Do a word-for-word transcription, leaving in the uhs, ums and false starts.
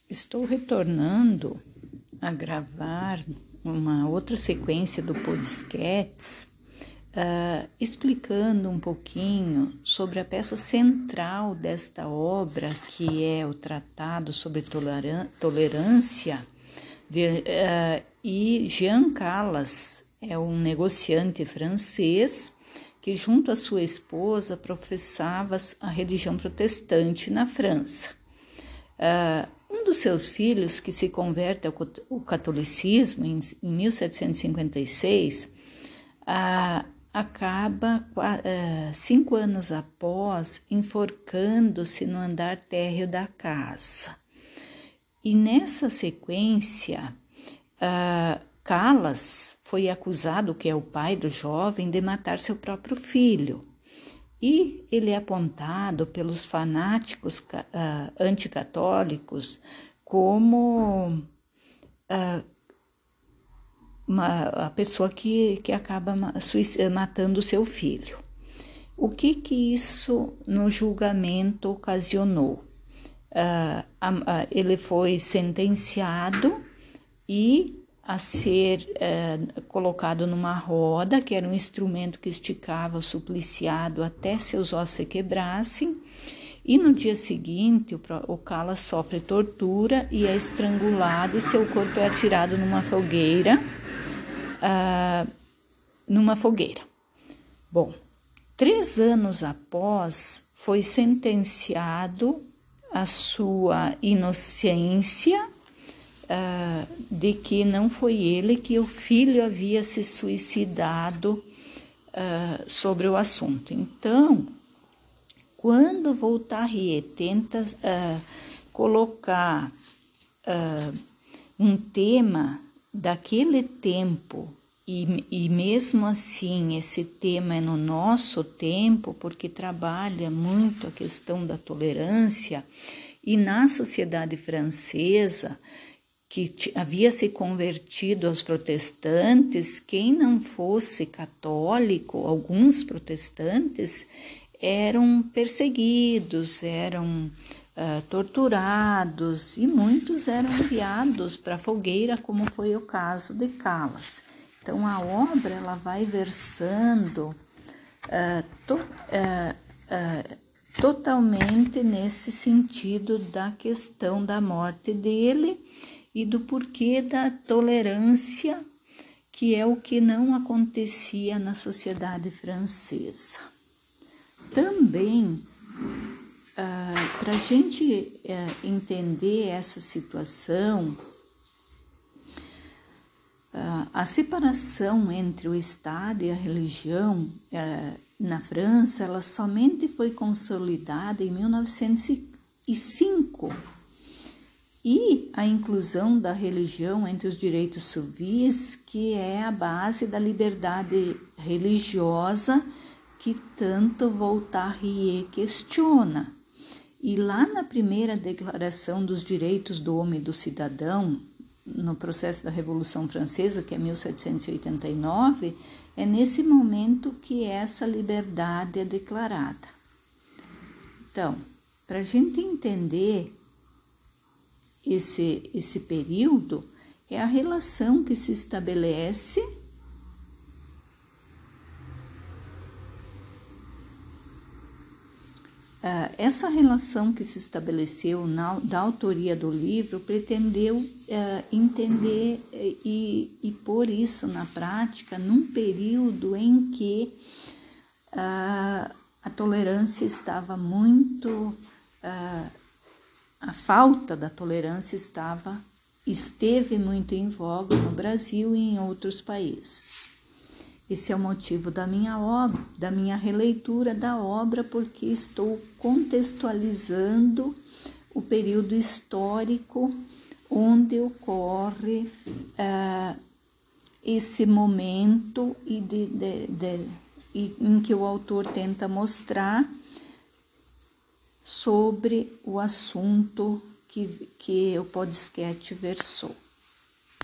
Estou retornando a gravar uma outra sequência do Podsketts, uh, explicando um pouquinho sobre a peça central desta obra, que é o Tratado sobre Tolerância, de, uh, e Jean Calas é um negociante francês que, junto à sua esposa, professava a religião protestante na França. Uh, um dos seus filhos, que se converte ao catolicismo em, em mil setecentos e cinquenta e seis, uh, acaba, uh, cinco anos após, enforcando-se no andar térreo da casa. E nessa sequência, uh, Calas foi acusado, que é o pai do jovem, de matar seu próprio filho. E ele é apontado pelos fanáticos uh, anticatólicos como uh, uma, a pessoa que, que acaba matando seu filho. O que que isso no julgamento ocasionou? Uh, uh, ele foi sentenciado e a ser uh, colocado numa roda, que era um instrumento que esticava o supliciado até seus ossos se quebrassem, e no dia seguinte o, o Calas sofre tortura e é estrangulado e seu corpo é atirado numa fogueira, uh, numa fogueira. Bom, três anos após foi sentenciado a sua inocência, Uh, de que não foi ele, que o filho havia se suicidado uh, sobre o assunto. Então, quando Voltaire tenta uh, colocar uh, um tema daquele tempo, e, e mesmo assim esse tema é no nosso tempo, porque trabalha muito a questão da tolerância, e na sociedade francesa, que havia se convertido aos protestantes, quem não fosse católico, alguns protestantes, eram perseguidos, eram uh, torturados e muitos eram enviados para a fogueira, como foi o caso de Calas. Então a obra ela vai versando uh, to, uh, uh, totalmente nesse sentido da questão da morte dele e do porquê da tolerância, que é o que não acontecia na sociedade francesa. Também, ah, para a gente ah, entender essa situação, ah, a separação entre o Estado e a religião ah, na França, ela somente foi consolidada em mil novecentos e cinco, e a inclusão da religião entre os direitos civis, que é a base da liberdade religiosa que tanto Voltaire questiona. E lá na primeira Declaração dos Direitos do Homem e do Cidadão, no processo da Revolução Francesa, que é mil setecentos e oitenta e nove, é nesse momento que essa liberdade é declarada. Então, para a gente entender Esse, esse período, é a relação que se estabelece uh, essa relação que se estabeleceu na, da autoria do livro pretendeu uh, entender e, e pôr isso na prática num período em que uh, a tolerância estava muito uh, A falta da tolerância estava, esteve muito em voga no Brasil e em outros países. Esse é o motivo da minha obra, da minha releitura da obra, porque estou contextualizando o período histórico onde ocorre uh, esse momento e de, de, de, e em que o autor tenta mostrar sobre o assunto que, que o Podsketts versou.